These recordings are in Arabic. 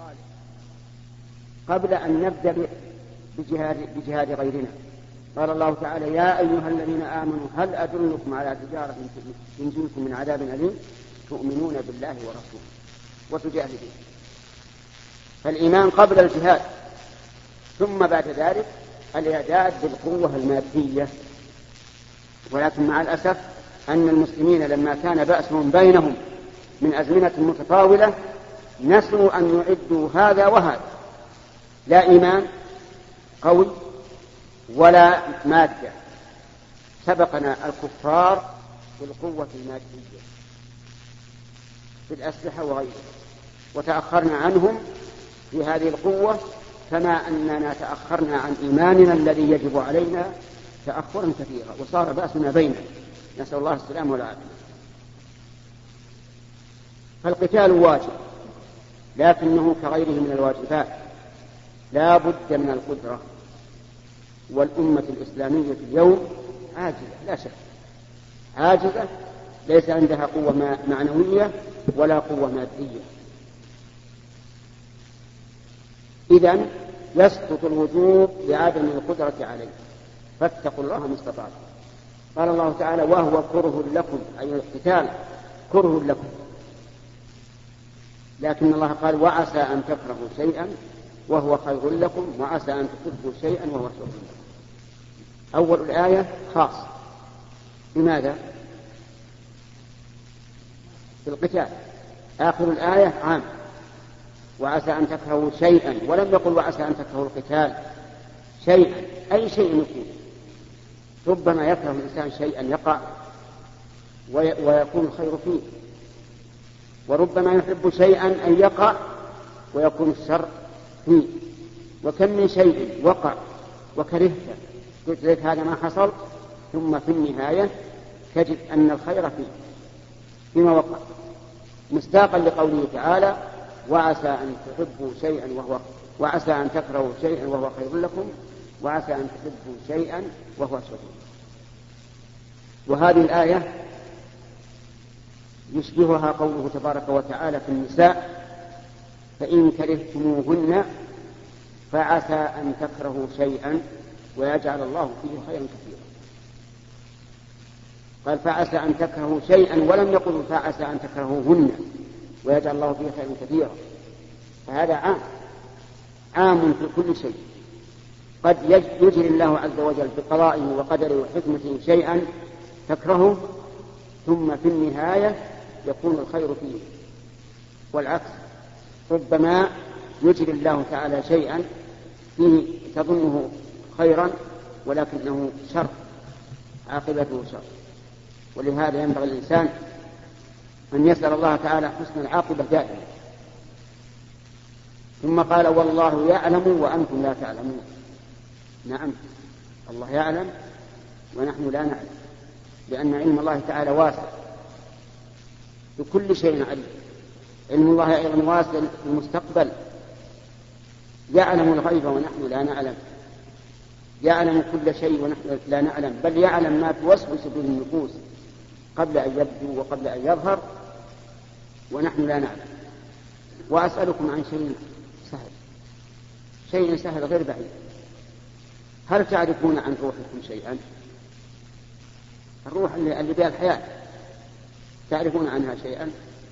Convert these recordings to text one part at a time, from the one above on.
قبل أن نبدأ بجهاد غيرنا. قال الله تعالى: يا أيها الذين آمنوا هل أدلكم على تجارة تنجيكم من عذاب أليم تؤمنون بالله ورسوله وتجاهدون. فالإيمان قبل الجهاد، ثم بعد ذلك الإعداد بالقوة المادية. ولكن مع الأسف أن المسلمين لما كان بأسهم بينهم من أزمنة متطاولة نسوا أن يعدوا هذا وهذا، لا إيمان قوي ولا مادة. سبقنا الكفار بالقوة المادية في الأسلحة وغيرها، وتأخرنا عنهم في هذه القوة، كما أننا تأخرنا عن إيماننا الذي يجب علينا تأخرا كثيرا، وصار بأسنا بيننا، نسأل الله السلامة والعافية. فالقتال واجب، لكنه كغيره من الواجبات لا بد من القدرة. والأمة الإسلامية اليوم عاجزة، لا شك عاجزة، ليس عندها قوة معنوية ولا قوة مادية. إذن يسقط الوجوب لعدم القدرة عليه، فاتقوا الله ما استطعتم. قال الله تعالى: وهو كره لكم، أي القتال كره لكم. لكن الله قال: وعسى أن تكرهوا شيئا وهو خير لكم، وعسى أن تحبوا شيئا وهو شر لكم. أول الآية خاص، لماذا؟ في القتال. آخر الآية عام، وعسى أن تكرهوا شيئا، ولم يقل وعسى أن تكرهوا القتال. شيئا أي شيء يكون، ربما يكره الإنسان شيئا يقع ويكون الخير فيه، وربما يحب شيئا أن يقع ويكون الشر فيه. وكم من شيء وقع وكرهته قلت لك هذا ما حصل، ثم في النهاية تجد أن الخير فيه فيما وقع، مصداقا لقوله تعالى: وعسى أن تحبوا شيئا وعسى أن تكرهوا شيئا وهو خير لكم، وعسى أن تحبوا شيئا وهو شر. وهذه الآية يشبهها قوله تبارك وتعالى في النساء: فإن كرهتموهن فعسى أن تكرهوا شيئا ويجعل الله فيه خيرا كثيرا. قال: فعسى أن تكرهوا شيئا، ولم يقل فعسى أن تكرهوهن ويجعل الله فيه خيرا كثيرا. فهذا عام في كل شيء. قد يجري الله عز وجل بقضائه وقدره وحكمته شيئا تكرهه، ثم في النهاية يكون الخير فيه. والعكس، ربما يجري الله تعالى شيئا فيه تظنه خيرا ولكنه شر، عاقبته شر. ولهذا ينبغي الإنسان أن يسأل الله تعالى حسن العاقبة دائما. ثم قال: والله يعلم وأنتم لا تعلمون. نعم، الله يعلم ونحن لا نعلم، لأن علم الله تعالى واسع بكل شيء عليم. علم الله أيضا واسع في المستقبل، يعلم الغيب ونحن لا نعلم، يعلم كل شيء ونحن لا نعلم، بل يعلم ما توسوس به النفوس قبل أن يبدو وقبل أن يظهر ونحن لا نعلم. وأسألكم عن شيء سهل غير بعيد. هل تعرفون عن روحكم شيئا؟ الروح اللي بها الحياة، تعرفون عنها شيئا؟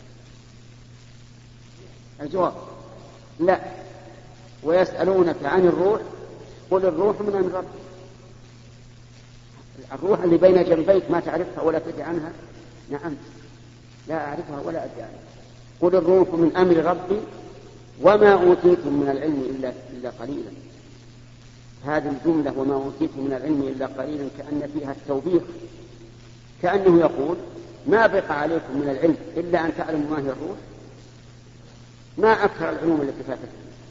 الجواب لا. ويسألونك عن الروح قل الروح من أمر ربك. الروح اللي بين جنبيك ما تعرفها ولا تدري عنها؟ نعم، لا أعرفها ولا أدري عنها. قل الروح من أمر ربي وما أوتيتم من العلم إلا قليلا. هذه الجملة وما أوتيتم من العلم إلا قليلا كأن فيها التوبيخ، كأنه يقول: ما بقى عليكم من العلم إلا أن تعلموا ما هي الروح. ما أكثر العلوم التي فاتت.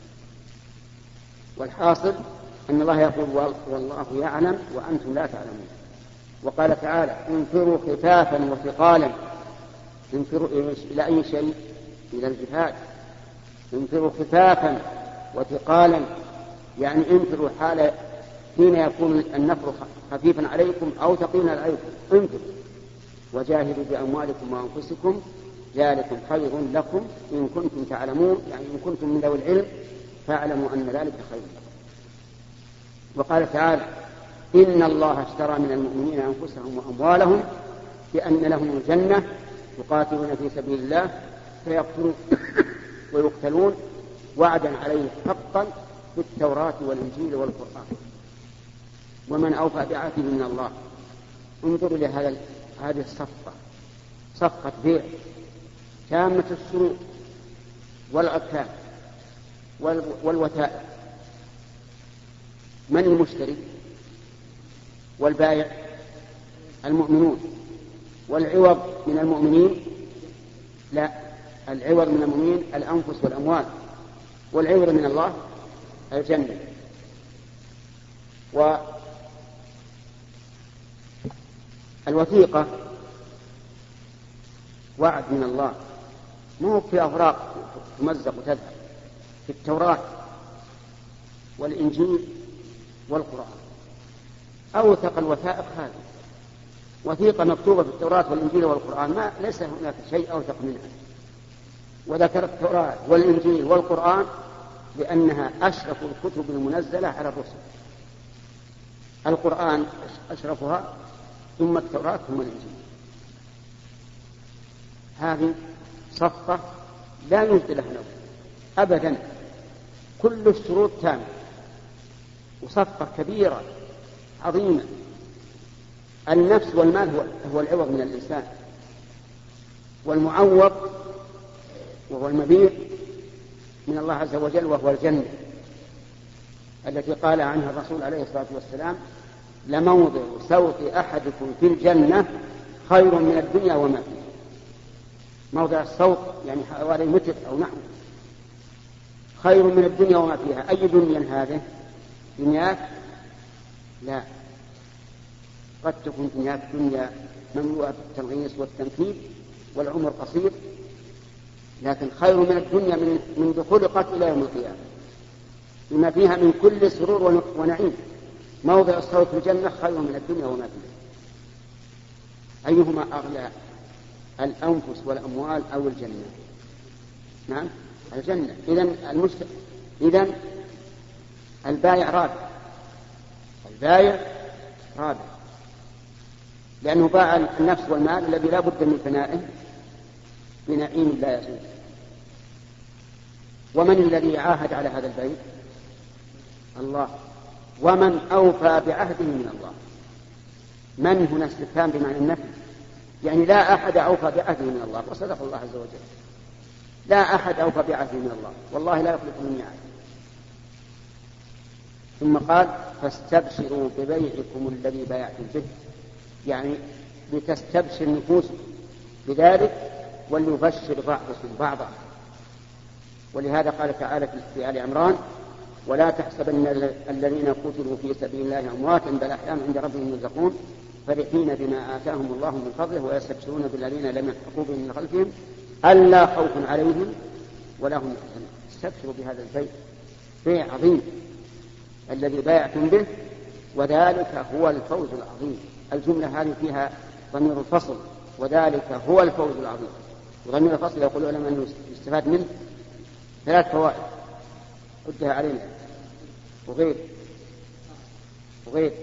والحاصل أن الله يقول: والله يعلم وأنتم لا تعلمون. وقال تعالى: انفروا خفافا وثقالا. انفروا إلى أي شيء؟ إلى الجهاد. انفروا خفافا وثقالا، يعني انفروا حين يكون النفر خفيفا عليكم أو ثقيلا عليكم، انفروا وجاهدوا بأموالكم وأنفسكم ذلكم خير لكم إن كنتم تعلمون، يعني إن كنتم من ذوي العلم فاعلموا أن ذلك خير لكم. وقال تعالى إن الله اشترى من المؤمنين أنفسهم وأموالهم بأن لهم الجنة يقاتلون في سبيل الله فيقتلون ويقتلون وعدا عليه حقا في التوراة والإنجيل والقرآن ومن أوفى بعهده من الله. انظروا هذه الصفقة، صفقة بيع تامة الشروط والأركان والوثائق. من المشتري والبائع؟ المؤمنون. والعوض من المؤمنين؟ لا، العوض من المؤمنين الأنفس والأموال، والعوض من الله الجنة. والوثيقة وعد من الله، مو في أوراق تمزق وتذهب. في التوراة والإنجيل والقرآن أوثق الوثائق هذه، وثيقة مكتوبة في التوراة والإنجيل والقرآن ليس هناك شيء أوثق منها. وذكر التوراة والإنجيل والقرآن لأنها أشرف الكتب المنزلة على الرسل. القرآن أشرفها، ثم التوراة ثم الإنجيل. هذه صفقة لا يوجد لها نوع أبدا، كل الشروط تامة، وصفقة كبيرة عظيمة. النفس والمال هو العوض من الإنسان، والمعوض وهو المبيع من الله عز وجل وهو الجنة التي قال عنها الرسول عليه الصلاة والسلام لموضع سوط أحدكم في الجنة خير من الدنيا وما فيها. موضع السوط يعني حوالي متر أو نحو، خير من الدنيا وما فيها. أي دنيا هذه؟ دنياك؟ لا، قد تكون دنيا مملوءة بالتلغيص والتنكيل والعمر قصير، لكن خير من الدنيا منذ خلقت إلى يوم القيامة بما فيها من كل سرور ونعيم. موضع الصوت في الجنة خير من الدنيا وما فيها. أيهما أغلى، الأنفس والأموال أو الجنة؟ نعم الجنة. إذن البائع رابح، البائع رابح لأنه باع النفس والمال الذي لا بد من فنائه بنعيم لا يزول. ومن الذي عاهد على هذا البيع؟ الله. ومن أوفى بعهده من الله؟ من هنا استفهام بمعنى النفي، يعني لا أحد أوفى بعهده من الله، وصدق الله عز وجل. لا أحد أوفى بعهده من الله، والله لا يخلف الميعاد. ثم قال فاستبشروا ببيعكم الذي بايعتم به، يعني لتستبشر نفوسكم بذلك وليبشر بعضكم بعضا. ولهذا قال تعالى في آل عمران ولا تحسبن الذين قتلوا في سبيل الله أمواتا بل أحياء عند ربهم يرزقون فرحين بما آتاهم الله من فضله ويستبشرون بالذين لم يلحقوا بهم من خلفهم ألا خوف عليهم ولا هم يحزنون. استبشروا بهذا البيع، بيع عظيم الذي بايعتم به، وذلك هو الفوز العظيم. الجملة هذه فيها ضمير الفصل، وذلك هو الفوز العظيم. وضمير الفصل يقول العلماء أنه يستفاد منه 3 فوائد قدها علينا وغير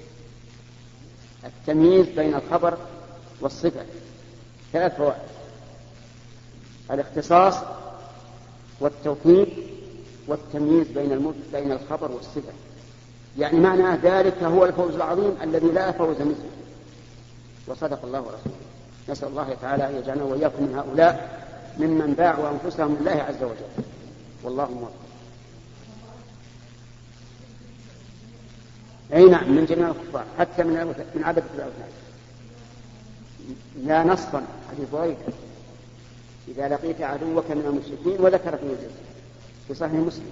التمييز بين الخبر والصفة. 3 فوائد: الاختصاص والتوكيد والتمييز بين الخبر والصفة. يعني معنى ذلك هو الفوز العظيم الذي لا فوز مثله. وصدق الله ورسوله. نسأل الله تعالى أن يجعلنا وإياكم من هؤلاء ممن باعوا أنفسهم لله عز وجل، والله موفق. أي نعم، من جميع الكفار حتى من عبدة الأوثان. لا نصا حديث بريدة إذا لقيت عدوك من المشركين، وذكر في صحيح مسلم.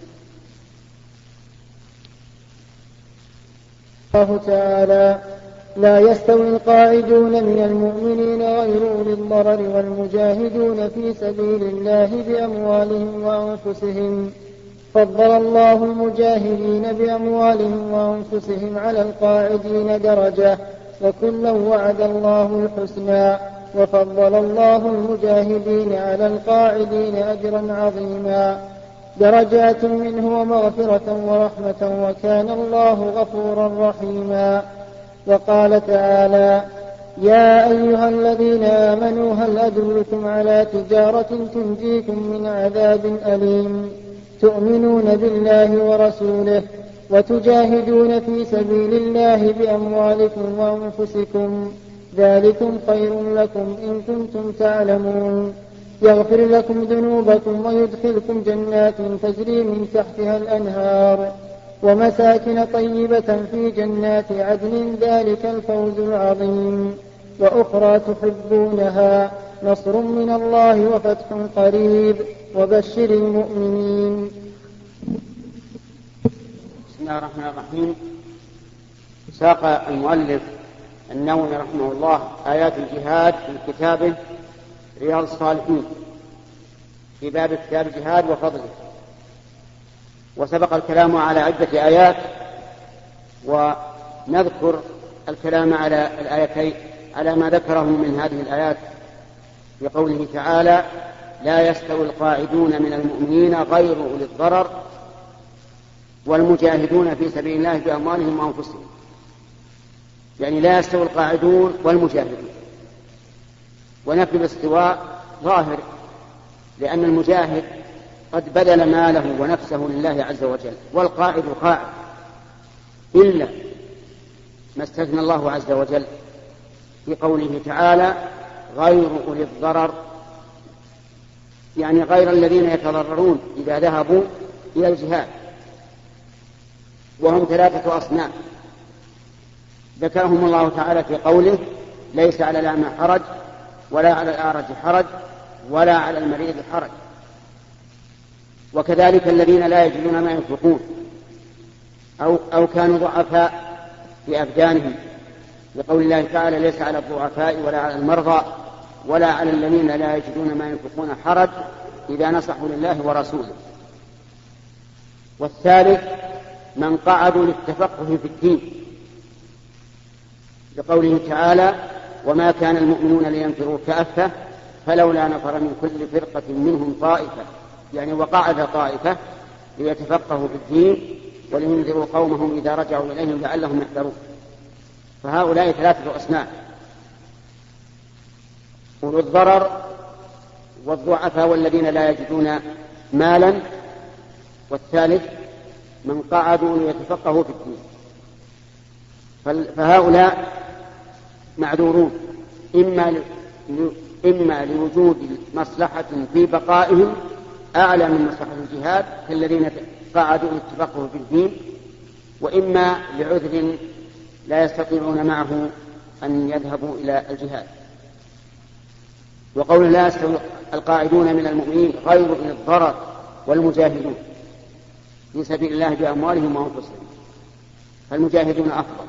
الله تعالى لا يستوي القاعدون من المؤمنين غير أولي الضرر والمجاهدون في سبيل الله بأموالهم وأنفسهم. فضل الله المجاهدين بأموالهم وأنفسهم على القاعدين درجة، وكلا وعد الله الحسنى، وفضل الله المجاهدين على القاعدين أجرا عظيما درجات منه ومغفرة ورحمة وكان الله غفورا رحيما. وقال تعالى: يا أيها الذين آمنوا هل أدلكم على تجارة تنجيكم من عذاب أليم تؤمنون بالله ورسوله وتجاهدون في سبيل الله بأموالكم وأنفسكم ذلكم خير لكم إن كنتم تعلمون يغفر لكم ذنوبكم ويدخلكم جنات تجري من تحتها الأنهار ومساكن طيبة في جنات عدن ذلك الفوز العظيم وأخرى تحبونها نصر من الله وفتح قريب وبشر المؤمنين. بسم الله الرحمن الرحيم. ساق المؤلف النووي رحمه الله آيات الجهاد في كتابه رياض الصالحين في باب كتاب الجهاد وفضله، وسبق الكلام على عدة آيات، ونذكر الكلام على الآيتين على ما ذكره من هذه الآيات في قوله تعالى: لا يستوي القاعدون من المؤمنين غير أولي الضرر والمجاهدون في سبيل الله بأموالهم وأنفسهم. يعني لا يستوي القاعدون والمجاهدون، ونفي الاستواء ظاهر، لأن المجاهد قد بذل ماله ونفسه لله عز وجل، والقاعد قاعد، إلا ما استثنى الله عز وجل في قوله تعالى: غير أولي الضرر، يعني غير الذين يتضررون إذا ذهبوا إلى الجهاد، وهم 3 أصناف ذكرهم الله تعالى في قوله: ليس على الأعمى حرج ولا على الأعرج حرج ولا على المريض حرج. وكذلك الذين لا يجدون ما ينفقون أو كانوا ضعفاء في أبدانهم، لقول الله تعالى: ليس على الضعفاء ولا على المرضى ولا على الذين لا يجدون ما ينفقون حرج إذا نصحوا لله ورسوله. والثالث من قعدوا للتفقه في الدين، لقوله تعالى: وما كان المؤمنون لينفروا كافة فلولا نفر من كل فرقة منهم طائفة، يعني وقعد طائفة ليتفقهوا في الدين ولينذروا قومهم إذا رجعوا إليهم لعلهم يحذرون. فهؤلاء 3 أصناف: أولو الضرر والضعفاء والذين لا يجدون مالا، والثالث من قعدوا ليتفقهوا في الدين. فهؤلاء معذورون إما لوجود مصلحة في بقائهم أعلى من مصلحة الجهاد كالذين قعدوا ليتفقهوا في الدين، وإما لعذر لا يستطيعون معه أن يذهبوا إلى الجهاد. وقول: لا يستوي القاعدون من المؤمنين غير أولي الضرر والمجاهدون في سبيل الله بأموالهم وأنفسهم، فالمجاهدون أفضل.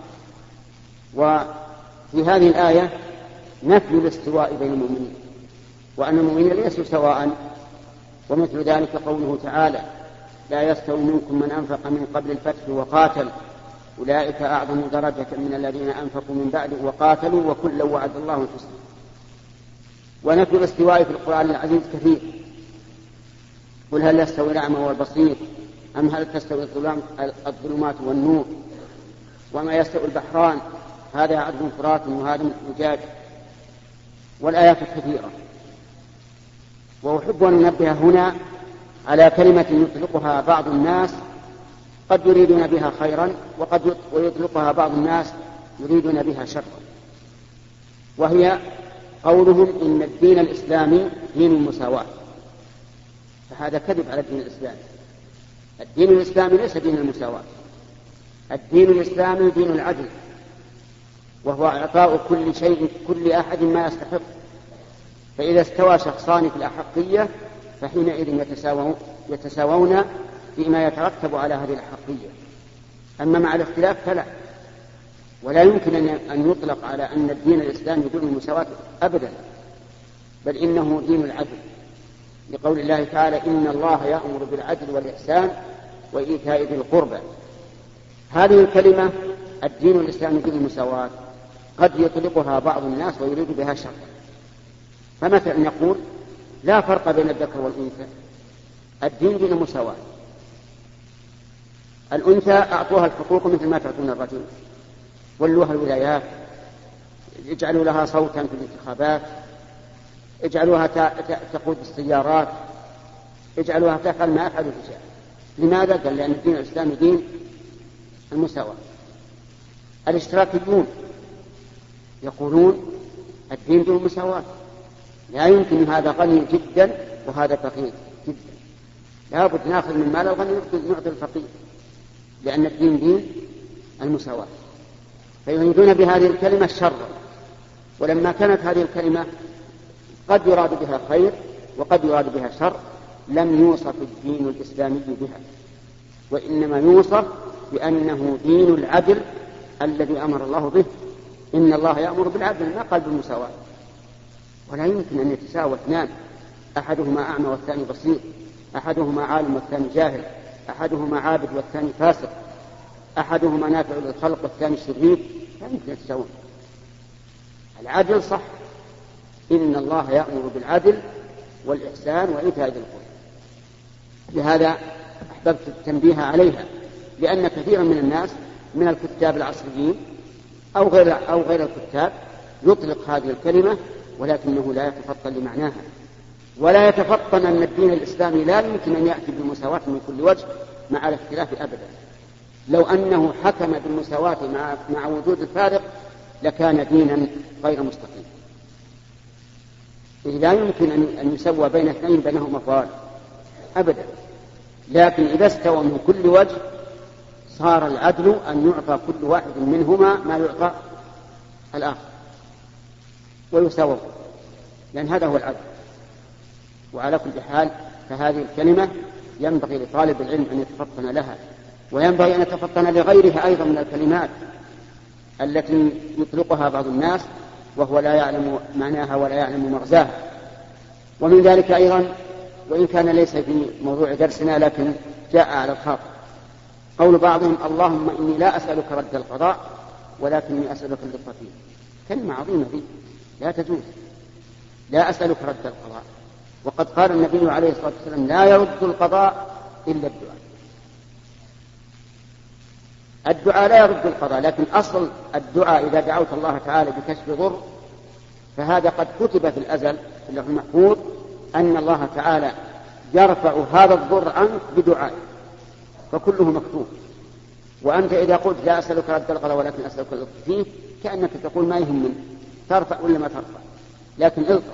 وفي هذه الآية نفي الاستواء بين المؤمنين، وأن المؤمنين ليسوا سواء. ومثل ذلك قوله تعالى: لا يستوي منكم من أنفق من قبل الفتح وقاتل أولئك أعظم درجة من الذين أنفقوا من بعد وقاتلوا وكلا وعد الله الحسنى. ونفي الاستواء في القرآن العزيز كثير: قل هل يستوي الأعمى والبصير أم هل تستوي الظلمات والنور وما يستوي البحران هذا عذب فرات وهذا أجاج. والآيات كثيرة. وأحب أن ننبه هنا على كلمة يطلقها بعض الناس قد يريدون بها خيرا، ويطلقها بعض الناس يريدون بها شرا، وهي قولهم إن الدين الإسلامي دين المساواة. فهذا كذب على الدين الإسلامي. الدين الإسلامي ليس دين المساواة، الدين الإسلامي دين العدل، وهو إعطاء كل شيء كل أحد ما يستحق. فإذا استوى شخصان في الأحقية فحينئذ يتساوون فيما يترتب على هذه الأحقية. أما مع الاختلاف فلا، ولا يمكن أن يطلق على أن الدين الإسلامي دين المساواة أبدا، بل إنه دين العدل، لقول الله تعالى: إن الله يأمر بالعدل والإحسان وإيتاء ذي القربى. هذه الكلمة الدين الإسلامي دين المساواة قد يطلقها بعض الناس ويريد بها شر، فمثلا نقول لا فرق بين الذكر والأنثى، الدين دين مساواة. الأنثى أعطوها الحقوق مثل ما تعطون الرجل، ولوها الولايات، اجعلوا لها صوتا في الانتخابات، اجعلوها تقود السيارات، اجعلوها تفعل ما يفعل الرجال. لماذا؟ قال لأن الدين الإسلامي دين المساواة. الاشتراكيون يقولون الدين دين المساواة، لا يمكن هذا غني جدا وهذا فقير جدا، لا بد ناخذ من مال الغني نعطي الفقير، لأن الدين دين المساواة. فيريدون بهذه الكلمة شرا، ولما كانت هذه الكلمة قد يراد بها خير وقد يراد بها شر لم يوصف الدين الإسلامي بها، وإنما يوصف بأنه دين العدل الذي أمر الله به. إن الله يأمر بالعدل، ما قال بالمساواة. ولا يمكن أن يتساوى اثنان، أحدهما أعمى والثاني بصير، أحدهما عالم والثاني جاهل، أحدهما عابد والثاني فاسق، أحدهما نافع للخلق والثاني شرير، لا يمكن يتساوون. العدل صح، إن الله يأمر بالعدل والإحسان وإيتاء ذي القربى. لهذا أحببت التنبيه عليها، لأن كثيرا من الناس من الكتاب العصريين أو غير الكتاب يطلق هذه الكلمة ولكنه لا يتفطن لمعناها، ولا يتفطن أن الدين الإسلامي لا يمكن أن يأتي بالمساواة من كل وجه مع الاختلاف أبدا. لو أنه حكم بالمساواة مع وجود الفارق لكان دينا غير مستقيم، إذ لا يمكن أن يسوى بين اثنين بينهما فارق أبدا. لكن إذا استوى من كل وجه صار العدل أن يعطى كل واحد منهما ما يعطى الآخر ويساووا، لأن هذا هو العدل. وعلى كل حال فهذه الكلمة ينبغي لطالب العلم أن يتفطن لها، وينبغي أن يتفطن لغيرها أيضا من الكلمات التي يطلقها بعض الناس وهو لا يعلم معناها ولا يعلم مغزاها. ومن ذلك أيضا، وإن كان ليس في موضوع درسنا لكن جاء على الخاطر، قول بعضهم اللهم إني لا أسألك رد القضاء ولكني أسألك اللطف فيه. كلمة عظيمة دي لا تجوز، لا أسألك رد القضاء، وقد قال النبي عليه الصلاة والسلام لا يرد القضاء إلا الدعاء. الدعاء لا يرد القضاء، لكن أصل الدعاء إذا دعوت الله تعالى بكشف ضر فهذا قد كتب في الأزل في اللوح المحفوظ أن الله تعالى يرفع هذا الضر عنك بدعاء، فكله مكتوب. وأنت إذا قلت لا أسألك رد القضاء ولكن أسألك اللطف فيه كأنك تقول ما يهمني ترفع ولا ما ترفع، لكن الطف.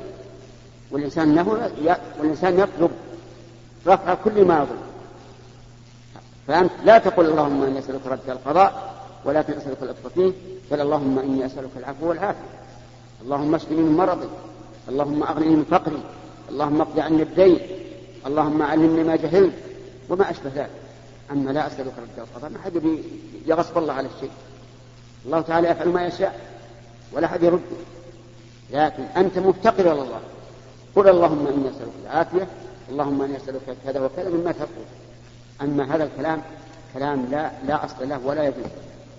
والإنسان يطلب رفع كل ما يضر، فأنت لا تقول اللهم إني أسألك رد القضاء ولكن أسألك اللطف فيه، بل اللهم إني أسألك العفو والعافية، اللهم اشفني من مرضي، اللهم أغنني من فقري، اللهم اقض عني الدين، اللهم علمني ما جهلت وما أشبه ذلك. أما لا أسألك رد القضاء ما حد يغصب الله على الشيء، الله تعالى يفعل ما يشاء ولا حد يرد، لكن أنت مفتقر إلى الله، قل اللهم إني أسألك العافية، اللهم إني أسألك كذا وكذا مما تقول. أما هذا الكلام كلام لا أصل له ولا يجوز.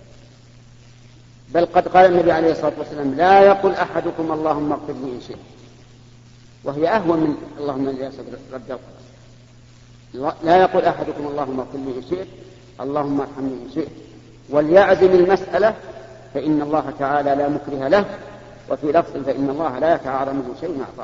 بل قد قال النبي عليه الصلاة والسلام لا يقول أحدكم اللهم اغفر لي إن شئت، وهي أهون من اللهم إني أسألك رد القضاء. لا يقول أحدكم اللهم اغفر لي إن شئت، اللهم ارحمني إن شئت، وليعزم المسألة فإن الله تعالى لا مكره له، وفي لفظ فإن الله لا يتعارى منه شيء أعطاه.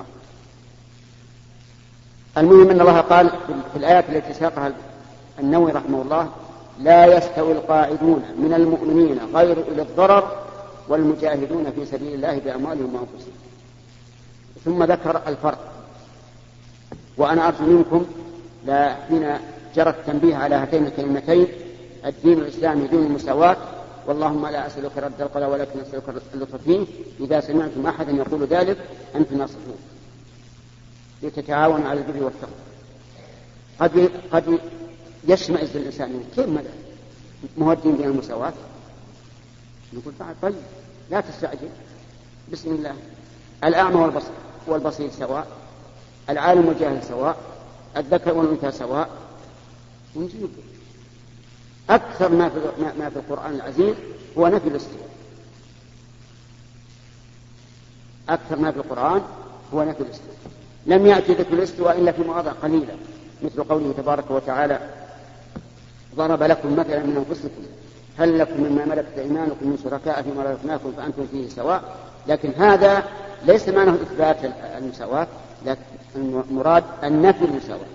المهم أن الله قال في الآيات التي ساقها النووي رحمه الله لا يستوي القاعدون من المؤمنين غير أولي الضرر والمجاهدون في سبيل الله بأموالهم وأنفسهم. ثم ذكر الفرق. وأنا أرجو منكم حين جرى التنبيه على هاتين الكلمتين الدين الإسلامي دين المساواة واللهم لا أسألك رد القضاء ولكن أسألك اللطف فيه، إذا سمعتم أحدا يقول ذلك أنتم ناصحون لتتعاون على البر والتقوى. قد يشمئز الإنسان كيف مهدين بين المساواة؟ نقول طيب لا تستعجل، بسم الله. الأعمى والبصير سواء، العالم والجاهل سواء، الذكر والأنثى سواء، ونجيب. أكثر ما في القرآن العزيز هو نفي الاستواء، أكثر ما في القرآن هو نفي الاستواء. لم يأتي ذكر الاستواء إلا في مواضع قليلة، مثل قوله تبارك وتعالى: ضرب لكم مثلا من أنفسكم هل لكم مما ملكت أيمانكم من شركاء فيما رزقناكم فأنتم فيه سواء. لكن هذا ليس معناه إثبات المساواة، لكن المراد النفي المساواة.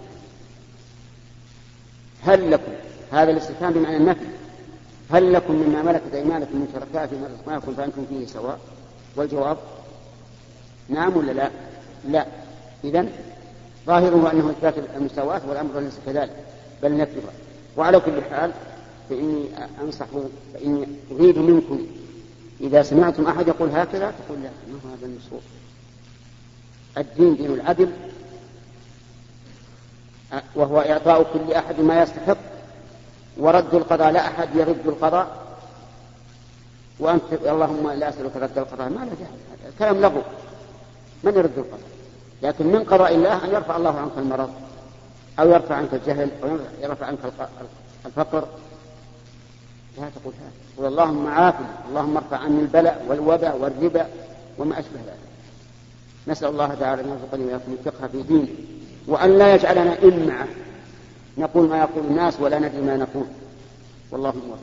هل لكم، هذا الاستفهام بمعنى النفي، هل لكم مما ملكت أيمانكم من شركاء فيما رزقناكم فأنتم فيه سواء؟ والجواب نعم ولا لا؟ لا. إذن ظاهره أنه إثبات المساواة والأمر ليس كذلك بل نفيها. وعلى كل حال فإني أريد منكم إذا سمعتم أحد يقول هكذا تقول لا، ما هذا النصوص. الدين دين العدل، وهو إعطاء كل أحد ما يستحق، ورد القضاء لا أحد يرد القضاء، وأنت اللهم لا أسألك رد القضاء، ما له داعي، هذا كلام لغو، من يرد القضاء؟ لكن من قضاء الله أن يرفع الله عنك المرض، أو يرفع عنك الجهل، أو يرفع عنك الفقر. لا تقول هذا، قل اللهم عافني، اللهم ارفع عني البلاء والوباء والربا وما أشبه ذلك. نسأل الله تعالى أن يرزقني ويكون الفقه في دينه، وأن لا يجعلنا إمعة نقول ما يقول الناس ولا ندري ما نقول، والله موفق.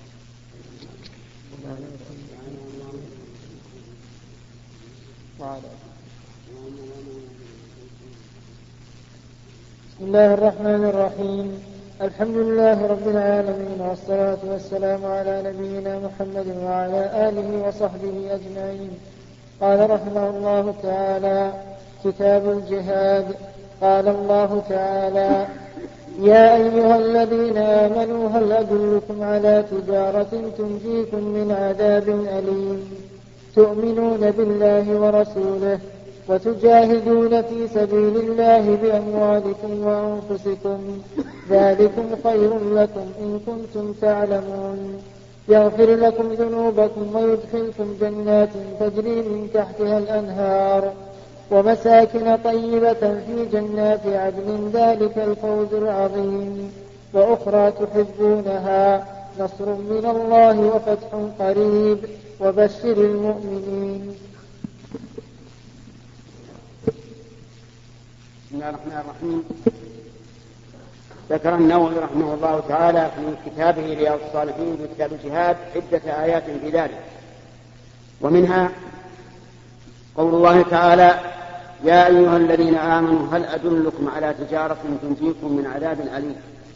بسم الله الرحمن الرحيم. الحمد لله رب العالمين، والصلاة والسلام على نبينا محمد وعلى آله وصحبه أجمعين. قال رحمه الله تعالى: كتاب الجهاد. قال الله تعالى: يا أيها الذين آمنوا هل أدلكم على تجارة تنجيكم من عذاب أليم تؤمنون بالله ورسوله وتجاهدون في سبيل الله بأموالكم وأنفسكم ذلكم خير لكم إن كنتم تعلمون يغفر لكم ذنوبكم ويدخلكم جنات تجري من تحتها الأنهار ومساكن طيبة في جنات عدن ذلك الفوز العظيم وأخرى تحبونها نصر من الله وفتح قريب وبشر المؤمنين. بسم الله الرحمن الرحيم. ذكر النووي رحمه الله تعالى في كتابه رياض الصالحين في كتاب الجهاد عدة آيات في ذلك، ومنها قول الله تعالى: يا أيها الذين آمنوا هل أدلكم على تجارة تنجيكم من عذاب أليم.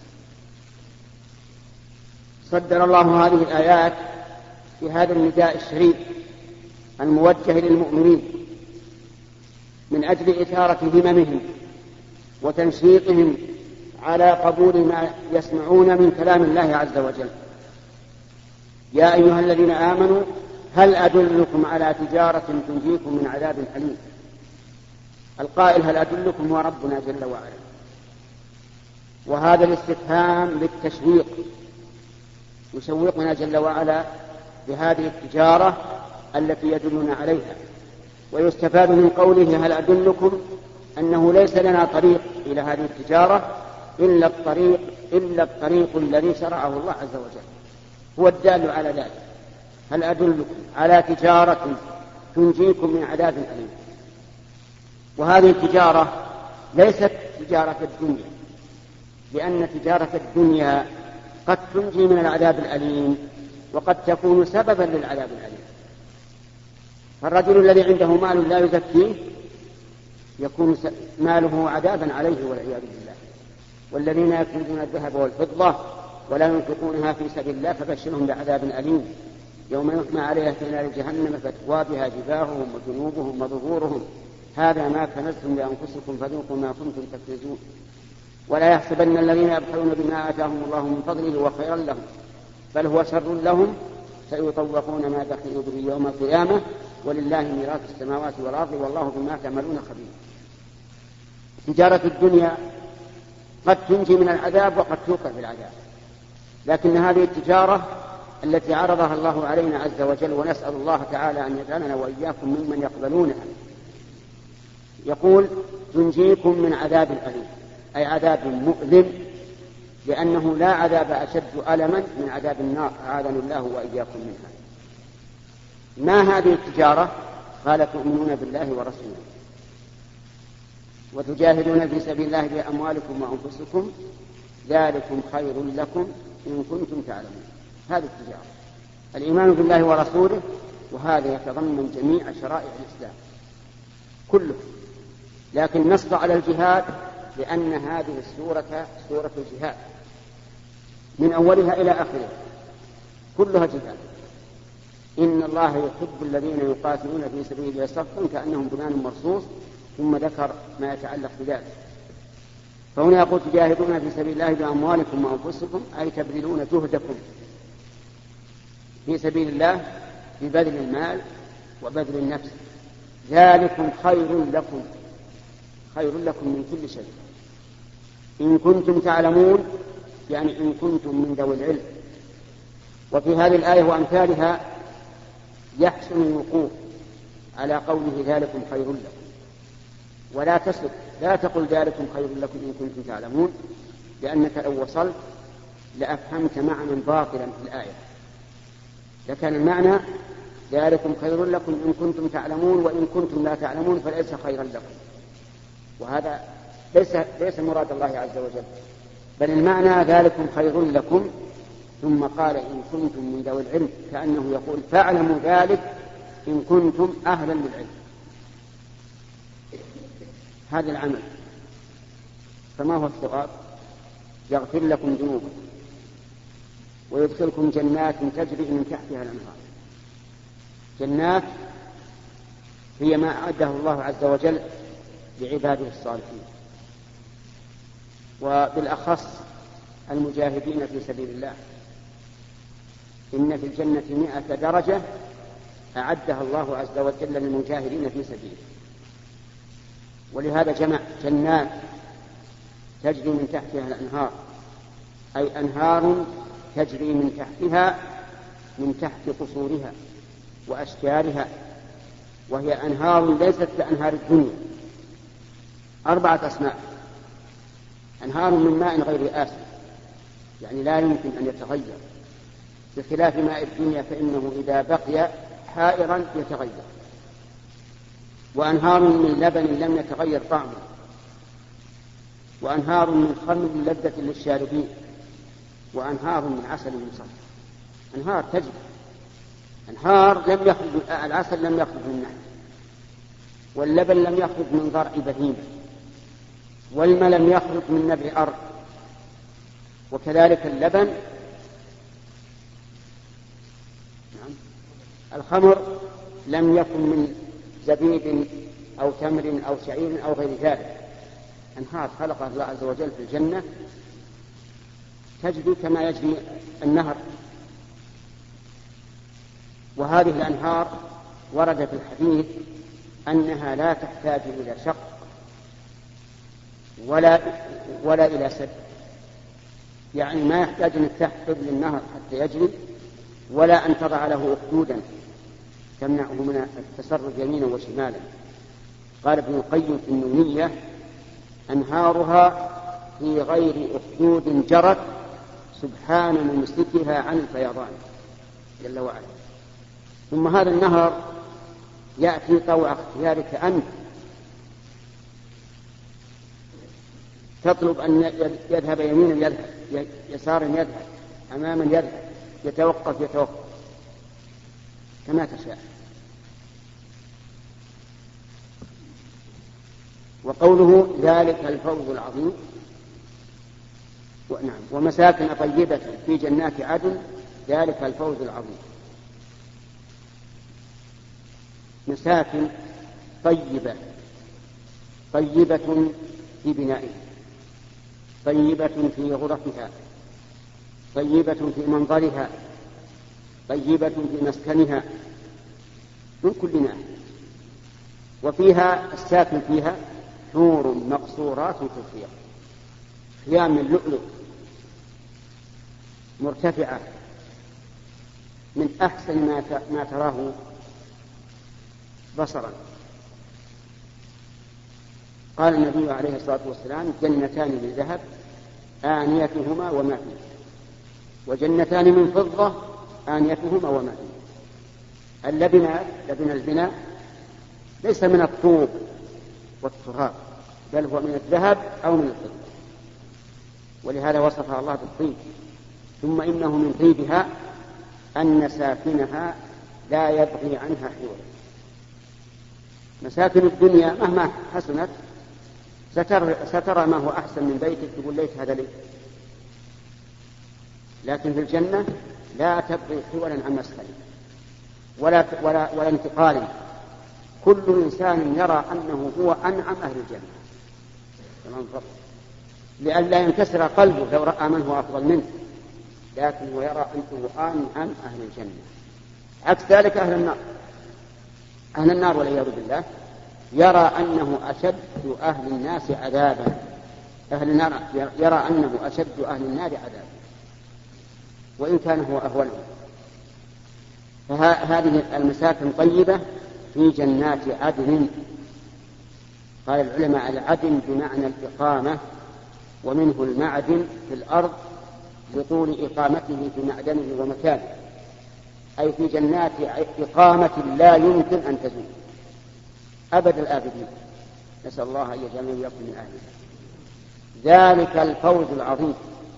صدر الله هذه الآيات في هذا النداء الشريف الموجه للمؤمنين من أجل إثارة هممهم وتنشيطهم على قبول ما يسمعون من كلام الله عز وجل. يا أيها الذين آمنوا هل أدلكم على تجارة تنجيكم من عذاب أليم. القائل هل أدلكم هو ربنا جل وعلا، وهذا الاستفهام للتشويق، يشوقنا جل وعلا بهذه التجارة التي يدلنا عليها. ويستفاد من قوله هل أدلكم أنه ليس لنا طريق إلى هذه التجارة إلا الطريق الذي شرعه الله عز وجل، هو الدال على ذلك. هل أدلكم على تجارة تنجيكم من عذاب أليم. وهذه التجارة ليست تجارة الدنيا، لأن تجارة الدنيا قد تنجي من العذاب الأليم وقد تكون سببا للعذاب الأليم. فالرجل الذي عنده مال لا يزكيه يكون ماله عذابا عليه والعياذ بالله. والذين يكنزون الذهب والفضة ولا ينفقونها في سبيل الله فبشرهم بعذاب أليم يوم يحمى عليها في نار جهنم فتكوى بها جباههم وجنوبهم وظهورهم هذا ما كنزتم لأنفسكم فذوقوا ما كنتم تكنزون. ولا يحسبن الذين يبخلون بما آتاهم الله من فضله وخيرا لهم بل هو شر لهم سيطوقون ما بخلوا به يوم القيامة ولله ميراث السماوات والأرض والله بما تعملون خبير. تجارة الدنيا قد تنجي من العذاب وقد توقع بالعذاب، لكن هذه التجارة التي عرضها الله علينا عز وجل، ونسأل الله تعالى أن يجعلنا وإياكم ممن يقبلونها، يقول تنجيكم من عذاب أليم، أي عذاب مؤلم، لأنه لا عذاب أشد ألما من عذاب النار، أعاذنا الله وإياكم منها. ما هذه التجارة؟ قال تؤمنون بالله ورسوله. وتجاهدون في سبيل الله بأموالكم وأنفسكم ذلكم خير لكم إن كنتم تعلمون. هذه التجارة، الإيمان بالله ورسوله، وهذا يتضمن جميع شرائع الإسلام كله. لكن نص على الجهاد لأن هذه السورة سورة الجهاد من أولها إلى آخرها كلها جهاد. إن الله يحب الذين يقاتلون في سبيله صفا كأنهم بنيان مرصوص، ثم ذكر ما يتعلق بذلك. فهنا يقول تجاهدون في سبيل الله بأموالكم وأنفسكم، أي تبذلون جهدكم في سبيل الله ببذل المال وبذل النفس. ذلكم خير لكم، خير لكم من كل شيء إن كنتم تعلمون، يعني إن كنتم من ذوي العلم. وفي هذه الآية وأمثالها يحسن الوقوف على قوله ذلكم خير لكم، ولا تسلك، لا تقل ذلكم خير لكم إن كنتم تعلمون، لأنك لو وصلت لأفهمت معنى باطلا في الآية، لكان المعنى ذلكم خير لكم إن كنتم تعلمون، وإن كنتم لا تعلمون فليس خيرا لكم. وهذا ليس مراد الله عز وجل، بل المعنى ذلكم خير لكم، ثم قال إن كنتم من ذوي العلم، كأنه يقول فاعلموا ذلك إن كنتم أهلا للعلم. هذا العمل. فما هو الثواب؟ يغفر لكم ذنوبكم ويدخلكم جنات تجري من تحتها الأنهار. جنات هي ما أعده الله عز وجل لعباده الصالحين، وبالأخص المجاهدين في سبيل الله. إن في الجنة 100 درجة أعدها الله عز وجل للمجاهدين في سبيله. ولهذا جمع جنات تجري من تحتها الأنهار، أي أنهار تجري من تحتها، من تحت قصورها وأشجارها، وهي أنهار ليست كأنهار الدنيا، 4 أصناف. أنهار من ماء غير آسن، يعني لا يمكن أن يتغير، بخلاف ماء الدنيا فإنه إذا بقي حائرا يتغير. وأنهار من لبن لم يتغير طعمه، وأنهار من خمر لذة للشاربين، وأنهار من عسل مصفى. أنهار تجري، أنهار لم يخرج، العسل لم يخرج من نحل، واللبن لم يخرج من ضرع بهيمة، والماء لم يخرج من نبع أرض، وكذلك اللبن. الخمر لم يكن من زبيب أو تمر أو شعير أو غير ذلك. أنهار خلقها الله عز وجل في الجنة تجري كما يجري النهر. وهذه الأنهار ورد في الحديث أنها لا تحتاج إلى شق ولا إلى سد، يعني ما يحتاج أن تحفظ للنهر حتى يجري، ولا أن تضع له أخدودا تمنعه من التصرف يمينا وشمالا. قال ابن القيم في النونية أنهارها في غير أخدود جرت سبحان ممسكها عن الفيضان جل وعلا. ثم هذا النهر يأتي طوع اختيارك أنت، تطلب أن يذهب يمينا يذهب، يسارا يذهب، أماما يذهب، يتوقف كما تشاء. وقوله ذلك الفوز العظيم، ونعم، ومساكن طيبة في جنات عدن، ذلك الفوز العظيم. مساكن طيبة، طيبة في بنائها، طيبة في غرفها، طيبة في منظرها، طيبة في مسكنها من كل ناحية. وفيها الساكن فيها حور مقصورات في الخيام، خيام من لؤلؤ مرتفعة من أحسن ما تراه بصرا. قال النبي عليه الصلاة والسلام جنتان من ذهب آنيتهما وما فيه، وجنتان من فضة آنيتهما وما فيه. اللبنات، لبن البناء ليس من الطوب والتراب، بل هو من الذهب أو من الفضة، ولهذا وصفها الله بالطيب. ثم إنه من طيبها أن ساكنها لا يبغي عنها حولا. مساكن الدنيا مهما حسنت سترى ما هو أحسن من بيتك تقول ليت هذا لي، لكن في الجنة لا تبغي حولا عن مسكن ولا انتقال. كل إنسان يرى أنه هو أنعم أهل الجنة لئلا ينكسر قلبه لو رأى من هو أفضل منه، لكن هو يرى أنه أنعم أهل الجنة. عكس ذلك أهل النار. أهل النار والعياذ بالله يرى أنه أشد أهل الناس عذابا. أهل النار يرى أنه أشد أهل النار عذابا وإن كان هو أهونهم. فهذه المساكن طيبة في جنات عدن. قال العلماء العدن بمعنى الإقامة، ومنه المعدن في الأرض لطول إقامته في معدنه ومكانه، أي في جنات إقامة لا يمكن أن تزول أبد الآبدين. نسأل الله أن يجعلنا وإياكم من أهلها. ذلك الفوز العظيم.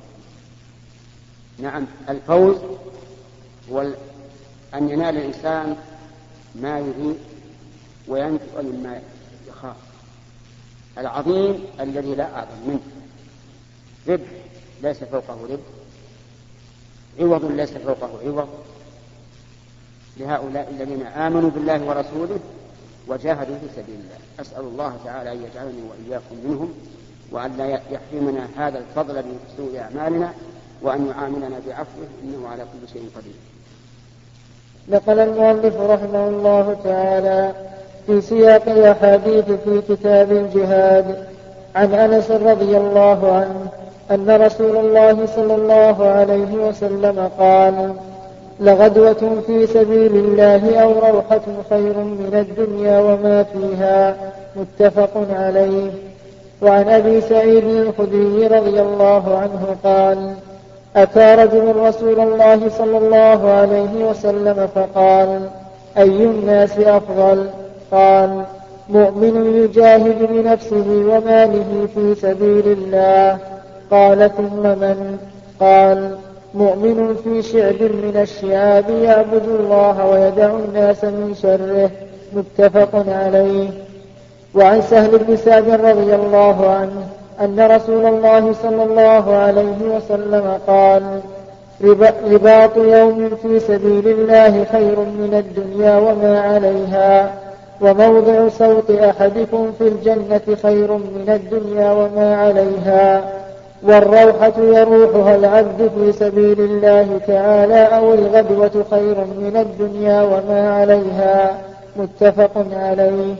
نعم، الفوز هو أن ينال الإنسان ما يريد وينفع مما يخاف. العظيم الذي لا أعظم منه، رب ليس فوقه رب، عوض ليس فوقه عوض، لهؤلاء الذين آمنوا بالله ورسوله وجاهدوا في سبيل الله. أسأل الله تعالى أن يجعلني وإياكم منهم، وأن لا يحرمنا هذا الفضل بسوء أعمالنا، وأن يعاملنا بعفوه إنه على كل شيء قدير. نقل المؤلف رحمه الله تعالى في سياق الأحاديث في كتاب الجهاد عن أنس رضي الله عنه أن رسول الله صلى الله عليه وسلم قال: لغدوة في سبيل الله أو روحة خير من الدنيا وما فيها. متفق عليه. وعن أبي سعيد الخدري رضي الله عنه قال: أتى رجل رسول الله صلى الله عليه وسلم فقال: أي الناس أفضل؟ قال: مؤمن يجاهد بنفسه وماله في سبيل الله. قال: ثم من؟ قال: مؤمن في شعب من الشعاب يعبد الله ويدع الناس من شره. متفق عليه. وعن سهل بن سعد رضي الله عنه أن رسول الله صلى الله عليه وسلم قال: رباط يوم في سبيل الله خير من الدنيا وما عليها، وموضع صوت أحدكم في الجنة خير من الدنيا وما عليها، والروحة يروحها العبد في سبيل الله تعالى أو الغدوة خير من الدنيا وما عليها. متفق عليه.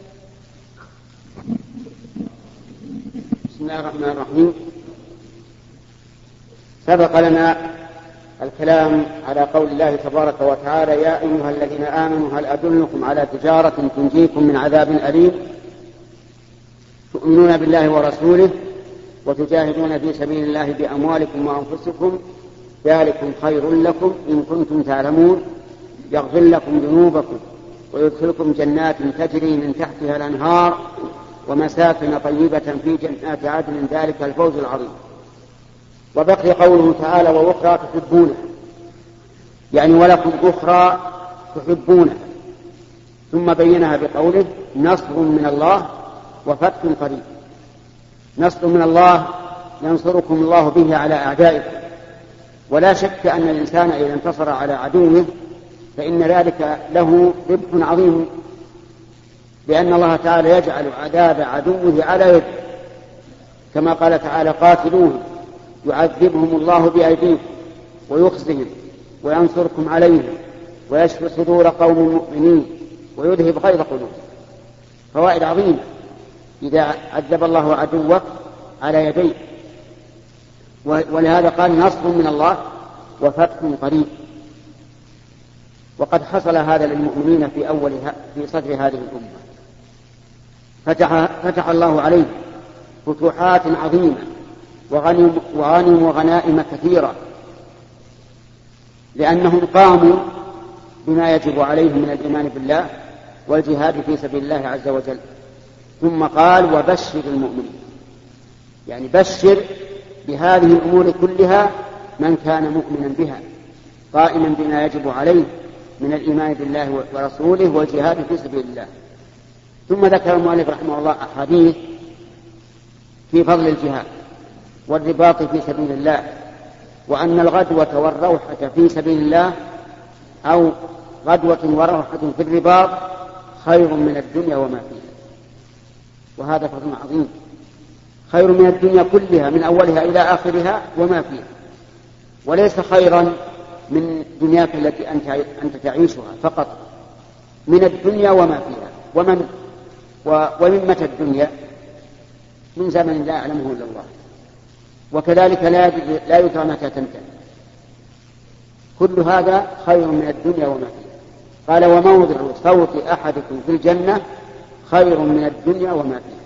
بسم الله الرحمن الرحيم. سبق لنا الكلام على قول الله تبارك وتعالى: يا أيها الذين آمنوا هل أدلكم على تجارة تنجيكم من عذاب أليم تؤمنون بالله ورسوله وتجاهدون في سبيل الله بأموالكم وأنفسكم ذلكم خير لكم إن كنتم تعلمون يغفر لكم ذنوبكم ويدخلكم جنات تجري من تحتها الأنهار ومساكن طيبة في جنات عدن ذلك الفوز العظيم. وبقي قوله تعالى: وأخرى تحبونها، يعني ولكم أخرى تحبونها. ثم بينها بقوله: نصر من الله وفتح قريب. نصر من الله ينصركم الله به على أعدائكم. ولا شك أن الإنسان إذا انتصر على عدوه فإن ذلك له ربح عظيم، لأن الله تعالى يجعل عذاب عدوه على يده، كما قال تعالى: قاتلوهم يعذبهم الله بأيديكم ويخزهم وينصركم عليهم ويشفي صدور قوم مؤمنين ويذهب غيظ قلوبهم. فوائد عظيمة إذا عذب الله عدوك على يديه. ولهذا قال: نصر من الله وفتح قريب. وقد حصل هذا للمؤمنين في صدر هذه الأمة. فتح الله عليه فتوحات عظيمة وغنم وغنائم كثيرة، لأنهم قاموا بما يجب عليهم من الإيمان بالله والجهاد في سبيل الله عز وجل. ثم قال وبشر المؤمنين، يعني بشر بهذه الأمور كلها من كان مؤمنا بها قائما بما يجب عليه من الإيمان بالله ورسوله والجهاد في سبيل الله. ثم ذكر المؤلف رحمه الله أحاديث في فضل الجهاد والرباط في سبيل الله، وأن الغدوة والروحة في سبيل الله أو غدوة وروحة في الرباط خير من الدنيا وما فيها، وهذا فضل عظيم، خير من الدنيا كلها من أولها إلى آخرها وما فيها، وليس خيرا من دنياك التي أنت تعيشها فقط، من الدنيا وما فيها. ومن متى الدنيا؟ من زمن لا يعلمه إلا الله، وكذلك لا يدرى متى تنتهي. كل هذا خير من الدنيا وما فيها. قال وموضع صوت أحدكم في الجنة خير من الدنيا وما فيها.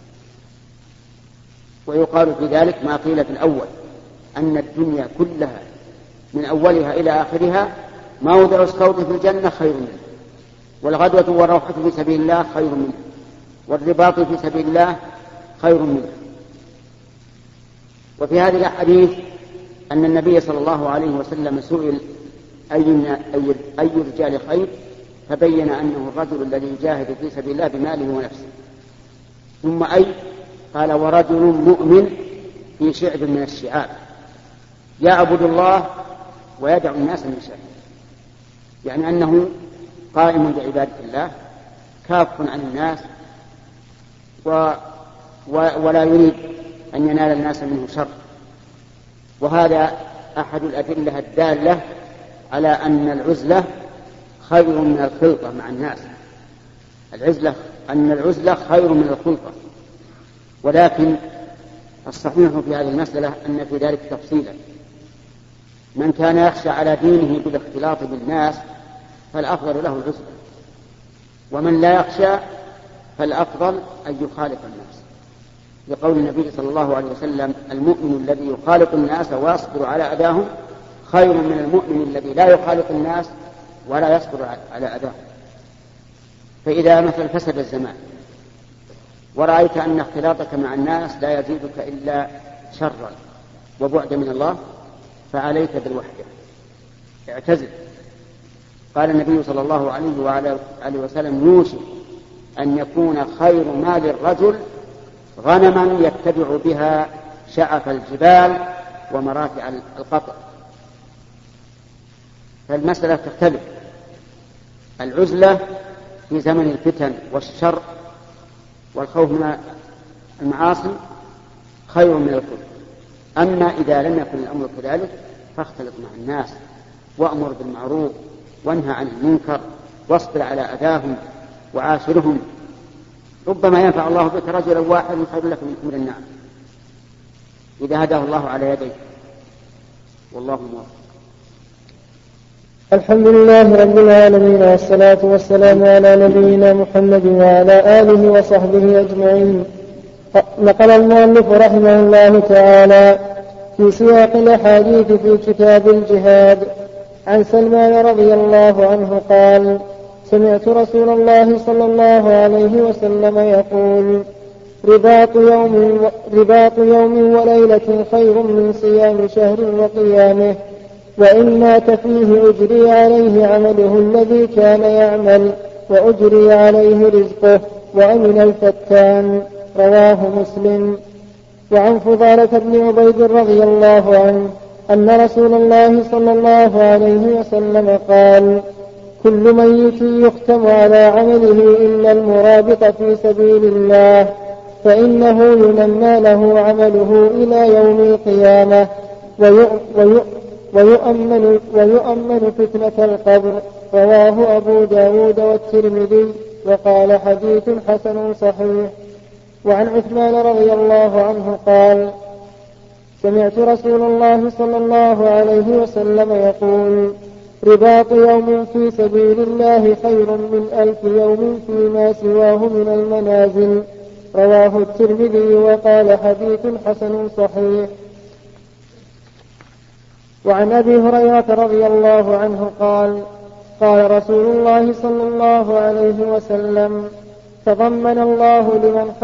ويقال في ذلك ما قيل في الأول، أن الدنيا كلها من أولها إلى آخرها موضع الصوت في الجنة خير منه، والغدوة والروحة في سبيل الله خير منه، والرباط في سبيل الله خير منه. وفي هذه الأحاديث أن النبي صلى الله عليه وسلم سئل أي رجال خير، فبين أنه الرجل الذي يجاهد في سبيل الله بماله ونفسه. ثم قال ورجل مؤمن في شعب من الشعاب يعبد الله ويدعو الناس من شره، يعني أنه قائم بعبادة الله كاف عن الناس ولا يريد أن ينال الناس منه شر. وهذا أحد الأدلة الدالة على أن العزلة خير من الخلطة مع الناس. أن العزلة خير من الخلطة، ولكن الصحيح في هذه المسألة أن في ذلك تفصيلا. من كان يخشى على دينه بالاختلاط بالناس فالأفضل له العزلة، ومن لا يخشى فالأفضل أن يخالط الناس، لقول النبي صلى الله عليه وسلم المؤمن الذي يخالط الناس ويصبر على أذاهم خير من المؤمن الذي لا يخالط الناس ولا يصبر على أذاهم. فإذا مثل فسد الزمان ورأيت أن اختلاطك مع الناس لا يزيدك إلا شرا وبعد من الله فعليك بالوحدة، اعتزل. قال النبي صلى الله عليه وسلم يوشك أن يكون خير مال الرجل غنما يتبع بها شعف الجبال ومراتع القطر. فالمسألة تختلف. العزلة في زمن الفتن والشر والخوف من المعاصي خير من الخلط. أما إذا لم يكن الأمر كذلك فاختلط مع الناس وأمر بالمعروف وانهى عن المنكر واصبر على أذاهم وعاشرهم، ربما ينفع الله بك رجلا واحد خير لك من حمر النعم إذا هداه الله على يديه. والله موفق. الحمد لله رب العالمين، والصلاة والسلام على نبينا محمد وعلى آله وصحبه أجمعين. نقل المؤلف رحمه الله تعالى في سياق الأحاديث في كتاب الجهاد عن سلمان رضي الله عنه قال: سمعت رسول الله صلى الله عليه وسلم يقول: رباط يوم وليلة خير من صيام شهر وقيامه، وإن مات فيه أجري عليه عمله الذي كان يعمل وأجري عليه رزقه وأمن الفتان. رواه مسلم. وعن فضالة بن عبيد رضي الله عنه أن رسول الله صلى الله عليه وسلم قال: كل ميت يختم على عمله إلا المرابط في سبيل الله فإنه ينمى له عمله إلى يوم القيامة ويؤمن فتنة القبر. رواه أبو داود والترمذي وقال حديث حسن صحيح. وعن عثمان رضي الله عنه قال: سمعت رسول الله صلى الله عليه وسلم يقول: رباط يوم في سبيل الله خير من 1000 يوم فيما سواه من المنازل. رواه الترمذي وقال حديث حسن صحيح. وعن أبي هريرة رضي الله عنه قال: قال رسول الله صلى الله عليه وسلم: تضمن الله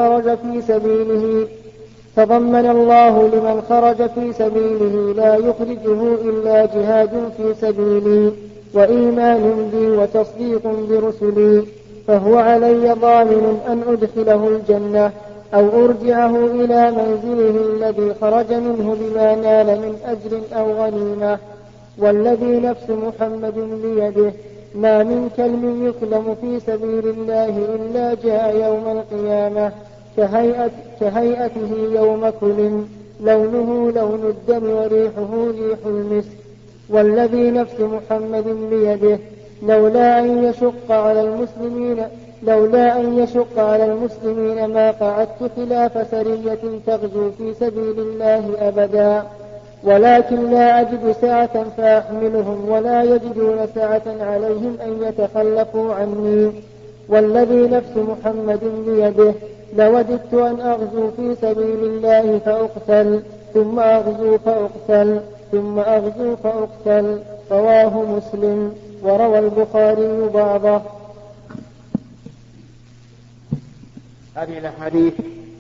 لمن خرج في سبيله لا يخرجه إلا جهاد في سبيلي وإيمان بي وتصديق برسلي، فهو علي ضامن أن أدخله الجنة أو أرجعه إلى منزله الذي خرج منه بما نال من أجر أو غنيمة. والذي نفس محمد بيده ما من كلم يكلم في سبيل الله إلا جاء يوم القيامة كهيئته يوم كلم، لونه لون الدم وريحه ريح المسك. والذي نفس محمد بيده لولا أن يشق على المسلمين ما قعدت خلاف سرية تغزو في سبيل الله أبدا، ولكن لا أجد سعة فأحملهم ولا يجدون سعة عليهم أن يتخلفوا عني. والذي نفس محمد بيده لوددت أن أغزو في سبيل الله فأقتل ثم أغزو فأقتل ثم أغزو فأقتل. رواه مسلم، وروى البخاري بعضه. هذه الأحاديث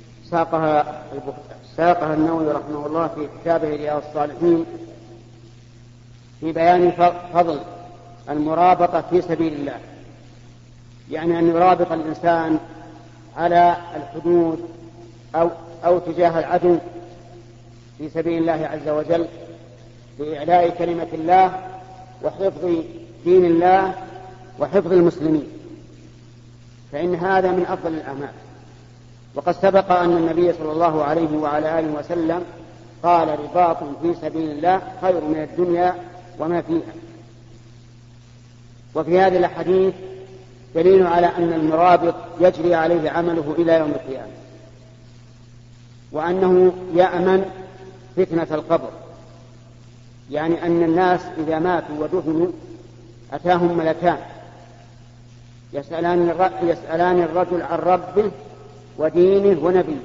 ساقها النووي رحمه الله في كتابه رياض الصالحين في بيان فضل المرابطة في سبيل الله، يعني أن يرابط الإنسان على الحدود أو تجاه العدو في سبيل الله عز وجل لإعلاء كلمة الله وحفظ دين الله وحفظ المسلمين، فإن هذا من أفضل الأعمال. وقد سبق أن النبي صلى الله عليه وعلى آله وسلم قال: رباط في سبيل الله خير من الدنيا وما فيها. وفي هذه الحديث دليل على أن المرابط يجري عليه عمله إلى يوم القيامة، وأنه يأمن فتنة القبر، يعني أن الناس إذا ماتوا ودفنوا أتاهم ملكان يسألان الرجل عن ربه ودينه ونبيه،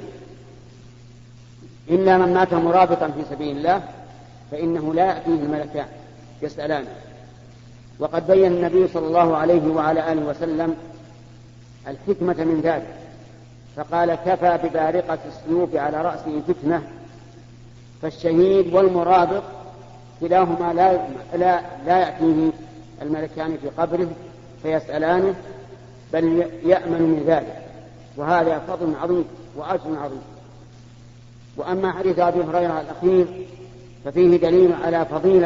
إلا من مات مرابطا في سبيل الله فإنه لا يأتيه الملكان يسألانه. وقد بين النبي صلى الله عليه وعلى آله وسلم الحكمة من ذلك، فقال: كفى ببارقة السيوف على رأسه فتنة. فالشهيد والمرابط كلاهما لا يأتيه الملكان في قبره فيسألانه، بل يأمن من ذلك، وهذا فضل عظيم وأجر عظيم. وأما حديث أبي هريرة الأخير ففيه دليل على فضيلة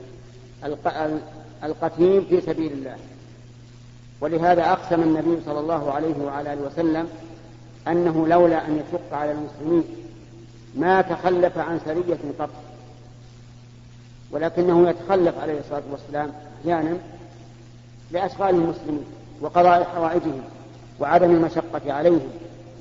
القتيل في سبيل الله، ولهذا أقسم النبي صلى الله عليه وعلى آله وسلم أنه لولا أن يشق على المسلمين ما تخلف عن سرية قط، ولكنه يتخلف عليه الصلاة والسلام أحيانا لأشغال المسلمين وقضاء حوائجهم وعدم المشقة عليهم.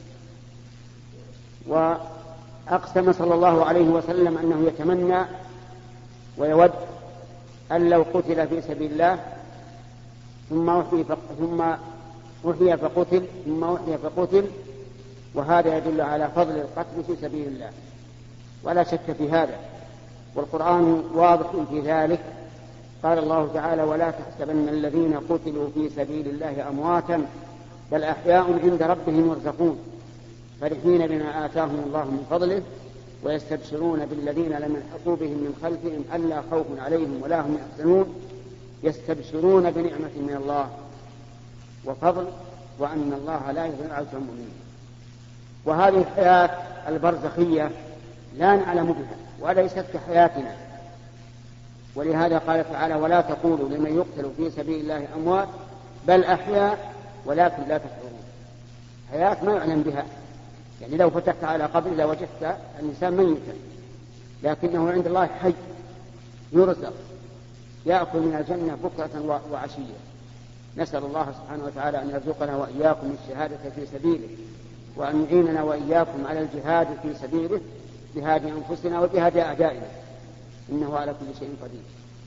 وأقسم صلى الله عليه وسلم أنه يتمنى ويود أن لو قتل في سبيل الله ثم أحيي فقتل ثم أحيي فقتل، وهذا يدل على فضل القتل في سبيل الله ولا شك في هذا، والقرآن واضح في ذلك. قال الله تعالى: ولا تحسبن الذين قتلوا في سبيل الله أمواتا بل أحياء عند ربهم يرزقون فرحين بما آتاهم الله من فضله ويستبشرون بالذين لم يلحقوا بهم من خلفهم ألا خوف عليهم ولا هم يحزنون يستبشرون بنعمة من الله وفضل وأن الله لا يضيع أجر المؤمنين. وهذه الحياة البرزخية لا نعلم بها وليست كحياتنا، ولهذا قال تعالى: ولا تقولوا لمن يقتل في سبيل الله أموات بل أحياء ولكن لا تشعرون. حياة ما يعلم بها، يعني لو فتحت على قبر لوجدت الإنسان ميتا، لكنه عند الله حي يرزق يأكل من الجنة بكرة وعشية. نسأل الله سبحانه وتعالى أن يرزقنا وإياكم الشهادة في سبيله، وأن يعيننا وإياكم على الجهاد في سبيله بجهاد أنفسنا وجهاد أعدائنا، إنه على كل شيء قدير.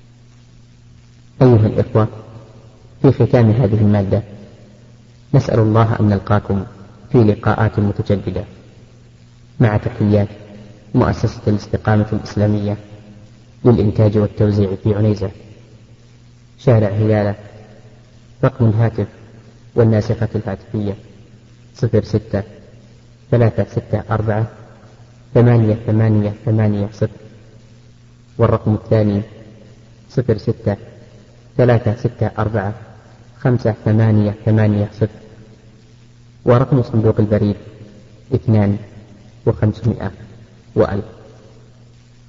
أيها الإخوة، في ختام هذه المادة نسأل الله أن نلقاكم في لقاءات متجددة، مع تحيات مؤسسة الاستقامة الإسلامية للإنتاج والتوزيع في عنيزة، شارع هلالة، رقم الهاتف والناسخة الهاتفية 06 364 8880. والرقم الثاني 06 364 5880. ورقم صندوق البريد 2500 و1000.